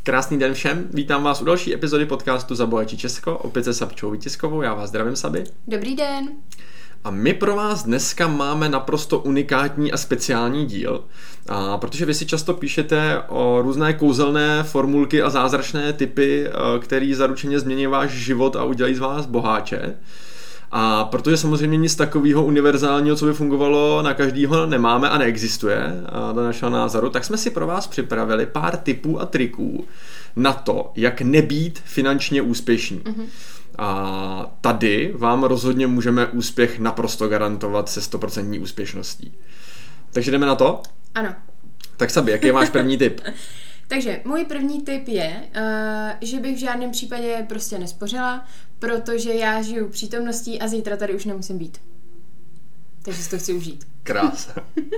Krásný den všem, vítám vás u další epizody podcastu Zabohatí Česko, opět se Sabčou Vítězkovou, já vás zdravím, Sabi. Dobrý den. A my pro vás dneska máme naprosto unikátní a speciální díl, protože vy si často píšete o různé kouzelné formulky a zázračné typy, které zaručeně změní váš život a udělají z vás boháče. A protože samozřejmě nic takového univerzálního, co by fungovalo na každýho, nemáme a neexistuje do našeho názoru, tak jsme si pro vás připravili pár tipů a triků na to, jak nebýt finančně úspěšní. Mm-hmm. A tady vám rozhodně můžeme úspěch naprosto garantovat se 100% úspěšností. Takže jdeme na to? Ano. Tak Sabi, jaký je váš první tip? Takže můj první tip je, že bych v žádném případě prostě nespořila, protože já žiju přítomností a zítra tady už nemusím být. Takže si to chci užít. Krása.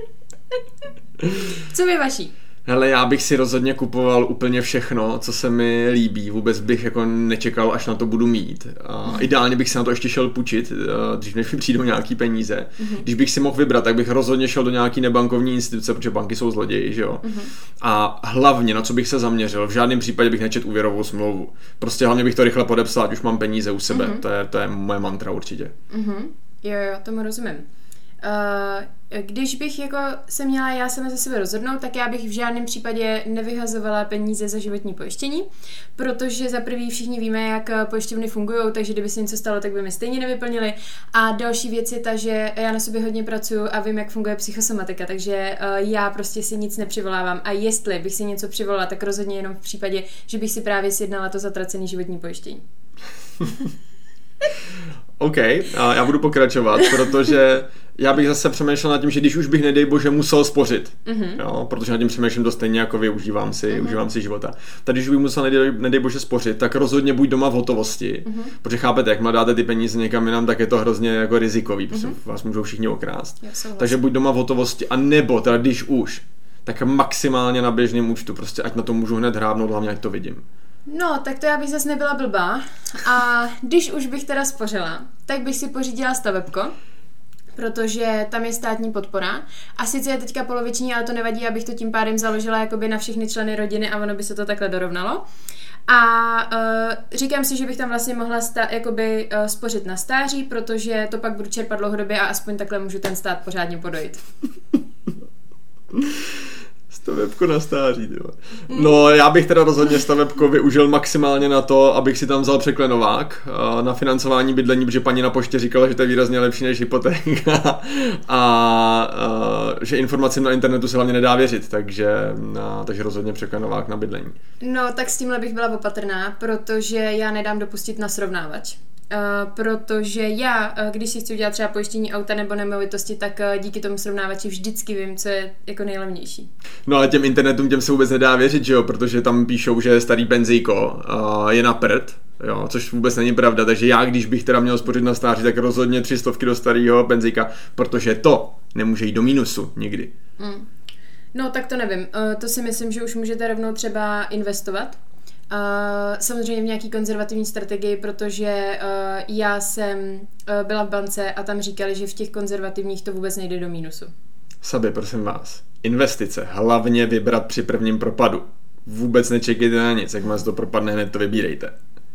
Co je vaší? Hele, já bych si rozhodně kupoval úplně všechno, co se mi líbí. Vůbec bych jako nečekal, až na to budu mít. Ideálně bych se na to ještě šel půjčit, dřív než mi přijdou nějaký peníze. Mm-hmm. Když bych si mohl vybrat, tak bych rozhodně šel do nějaký nebankovní instituce, protože banky jsou zloději, že jo. Mm-hmm. A hlavně, na co bych se zaměřil, v žádném případě bych nečetl úvěrovou smlouvu. Prostě hlavně bych to rychle podepsal, ať už mám peníze u sebe. Mm-hmm. To je moje mantra určitě. Mm-hmm. Jo, tomu rozumím. Když bych jako se měla já sama za sebe rozhodnout, tak já bych v žádném případě nevyhazovala peníze za životní pojištění, protože za prvý všichni víme, jak pojišťovny fungují, takže kdyby se něco stalo, tak by mi stejně nevyplnili. A další věc je ta, že já na sobě hodně pracuju a vím, jak funguje psychosomatika, takže já prostě si nic nepřivolávám. A jestli bych si něco přivolala, tak rozhodně jenom v případě, že bych si právě sjednala to zatracené životní pojištění. OK, já budu pokračovat, protože já bych zase přemýšlel nad tím, že když už bych, nedej bože, musel spořit, jo, protože nad tím přemýšlím dost stejně jako vy, užívám si života. Tak když bych musel, nedej bože, spořit, tak rozhodně buď doma v hotovosti, protože chápete, jak dáte ty peníze někam jinam, tak je to hrozně jako rizikový, protože vás můžou všichni okrást. Takže buď doma v hotovosti, a nebo teda když už, tak maximálně na běžném účtu, prostě ať na to můžu hned hrábnout, hlavně ať to vidím. No, tak to já bych zase nebyla blbá. A když už bych teda spořila, tak bych si pořídila stavebko, protože tam je státní podpora. A sice je teďka poloviční, ale to nevadí, abych to tím pádem založila jakoby na všechny členy rodiny a ono by se to takhle dorovnalo. A říkám si, že bych tam vlastně mohla spořit na stáří, protože to pak budu čerpat dlouhodobě a aspoň takhle můžu ten stát pořádně podojit. Stavebko na stáří, tyhle. No, já bych teda rozhodně stavebko využil maximálně na to, abych si tam vzal překlenovák na financování bydlení, protože paní na poště říkala, že to je výrazně lepší než hypotéka a že informacím na internetu se hlavně nedá věřit, takže rozhodně překlenovák na bydlení. No, tak s tímhle bych byla opatrná, protože já nedám dopustit na srovnávač. Protože já, když si chci udělat třeba pojištění auta nebo nemovitosti, tak díky tomu srovnávači vždycky vím, co je jako nejlevnější. No ale těm internetům těm se vůbec nedá věřit, že jo, protože tam píšou, že starý benzíko je na prd, jo, což vůbec není pravda, takže já, když bych teda měl spořit na stáří, tak rozhodně 300 do starého benzíka, protože to nemůže jít do mínusu nikdy. No tak to nevím, to si myslím, že už můžete rovnou třeba investovat. Samozřejmě v nějaký konzervativní strategii, protože já jsem byla v bance a tam říkali, že v těch konzervativních to vůbec nejde do mínusu. Sabi, prosím vás, investice hlavně vybrat při prvním propadu. Vůbec nečekejte na nic, jak vás to propadne, hned to vybírejte.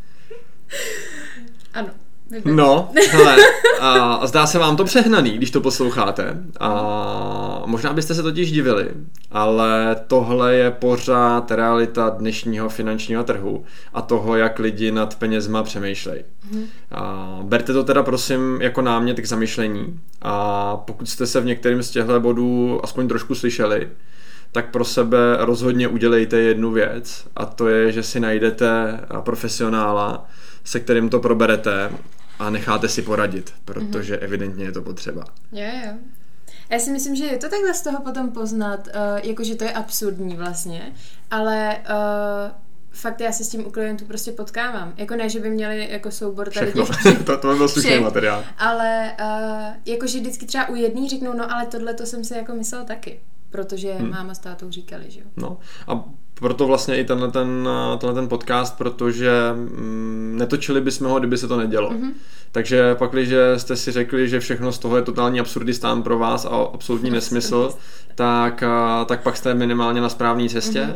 Ano. No, hele, a zdá se vám to přehnaný, když to posloucháte. A možná byste se totiž divili, ale tohle je pořád realita dnešního finančního trhu a toho, jak lidi nad penězma přemýšlejí. Berte to teda prosím jako námět k zamyšlení a pokud jste se v některém z těchto bodů aspoň trošku slyšeli, tak pro sebe rozhodně udělejte jednu věc a to je, že si najdete profesionála, se kterým to proberete a necháte si poradit, protože evidentně je to potřeba. Jo. Já si myslím, že je to takhle z toho potom poznat, jakože to je absurdní vlastně, ale fakt já se s tím u klientů prostě potkávám. Jako ne, že by měli jako soubor tady těch to by byl slušný materiál. Ale jakože vždycky třeba u jedný řeknou, no ale tohle to jsem si jako myslel taky. Protože máma s tátou říkali, že jo. No a proto vlastně i tenhle ten podcast, protože netočili bychom ho, kdyby se to nedělo. Takže pak, když jste si řekli, že všechno z toho je totální absurdistán pro vás a absolutní nesmysl, tak pak jste minimálně na správné cestě.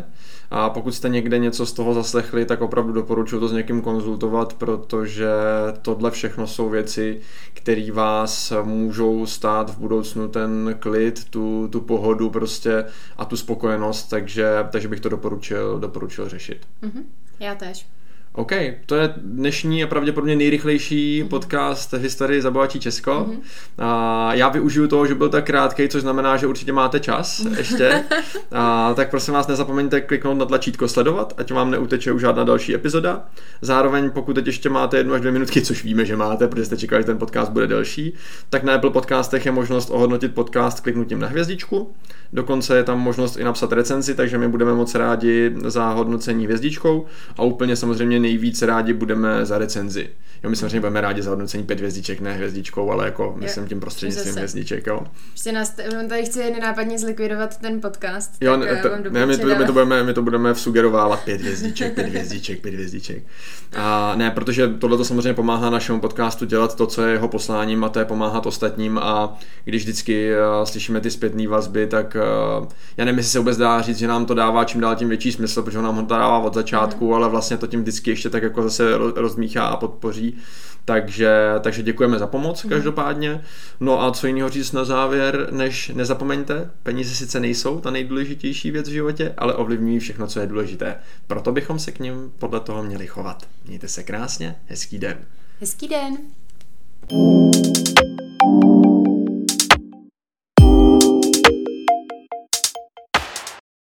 A pokud jste někde něco z toho zaslechli, tak opravdu doporučuji to s někým konzultovat, protože tohle všechno jsou věci, které vás můžou stát v budoucnu ten klid, tu pohodu prostě a tu spokojenost, takže bych to doporučil řešit. Já též. OK, to je dnešní a pravděpodobně nejrychlejší podcast v historii Zabavačí Česko. Já využiju toho, že byl tak krátkej, což znamená, že určitě máte čas ještě. Tak prosím vás, nezapomeňte kliknout na tlačítko sledovat, ať vám neuteče už žádná další epizoda. Zároveň, pokud teď ještě máte 1 až 2 minutky, což víme, že máte, protože jste čekali, že ten podcast bude delší, tak na Apple Podcastech je možnost ohodnotit podcast kliknutím na hvězdičku. Dokonce je tam možnost i napsat recenzi, takže my budeme moc rádi za hodnocení hvězdičkou a úplně samozřejmě nejvíc rádi budeme za recenzi. Jo, my samozřejmě budeme rádi za hodnocení 5 hvězdiček, ne hvězdičkou, ale jako myslím tím prostřednictvím hvězdiček, jo. Prostě on tady chce nenápadně zlikvidovat ten podcast. Jo, my to budeme sugerovávat 5 hvězdiček, 5 hvězdiček, 5 hvězdiček. A ne, protože tohle to samozřejmě pomáhá našemu podcastu dělat to, co je jeho posláním, a to je pomáhat ostatním, a když vždycky slyšíme ty zpětné vazby, tak já nevím, jestli se vůbec dá říct, že nám to dává čím dál tím větší smysl, protože on nám ho dává od začátku, ale vlastně to tím vždycky ještě tak jako zase rozmíchá a podpoří. Takže děkujeme za pomoc každopádně. No a co jiného říct na závěr, než nezapomeňte, peníze sice nejsou ta nejdůležitější věc v životě, ale ovlivňují všechno, co je důležité. Proto bychom se k nim podle toho měli chovat. Mějte se krásně, hezký den. Hezký den.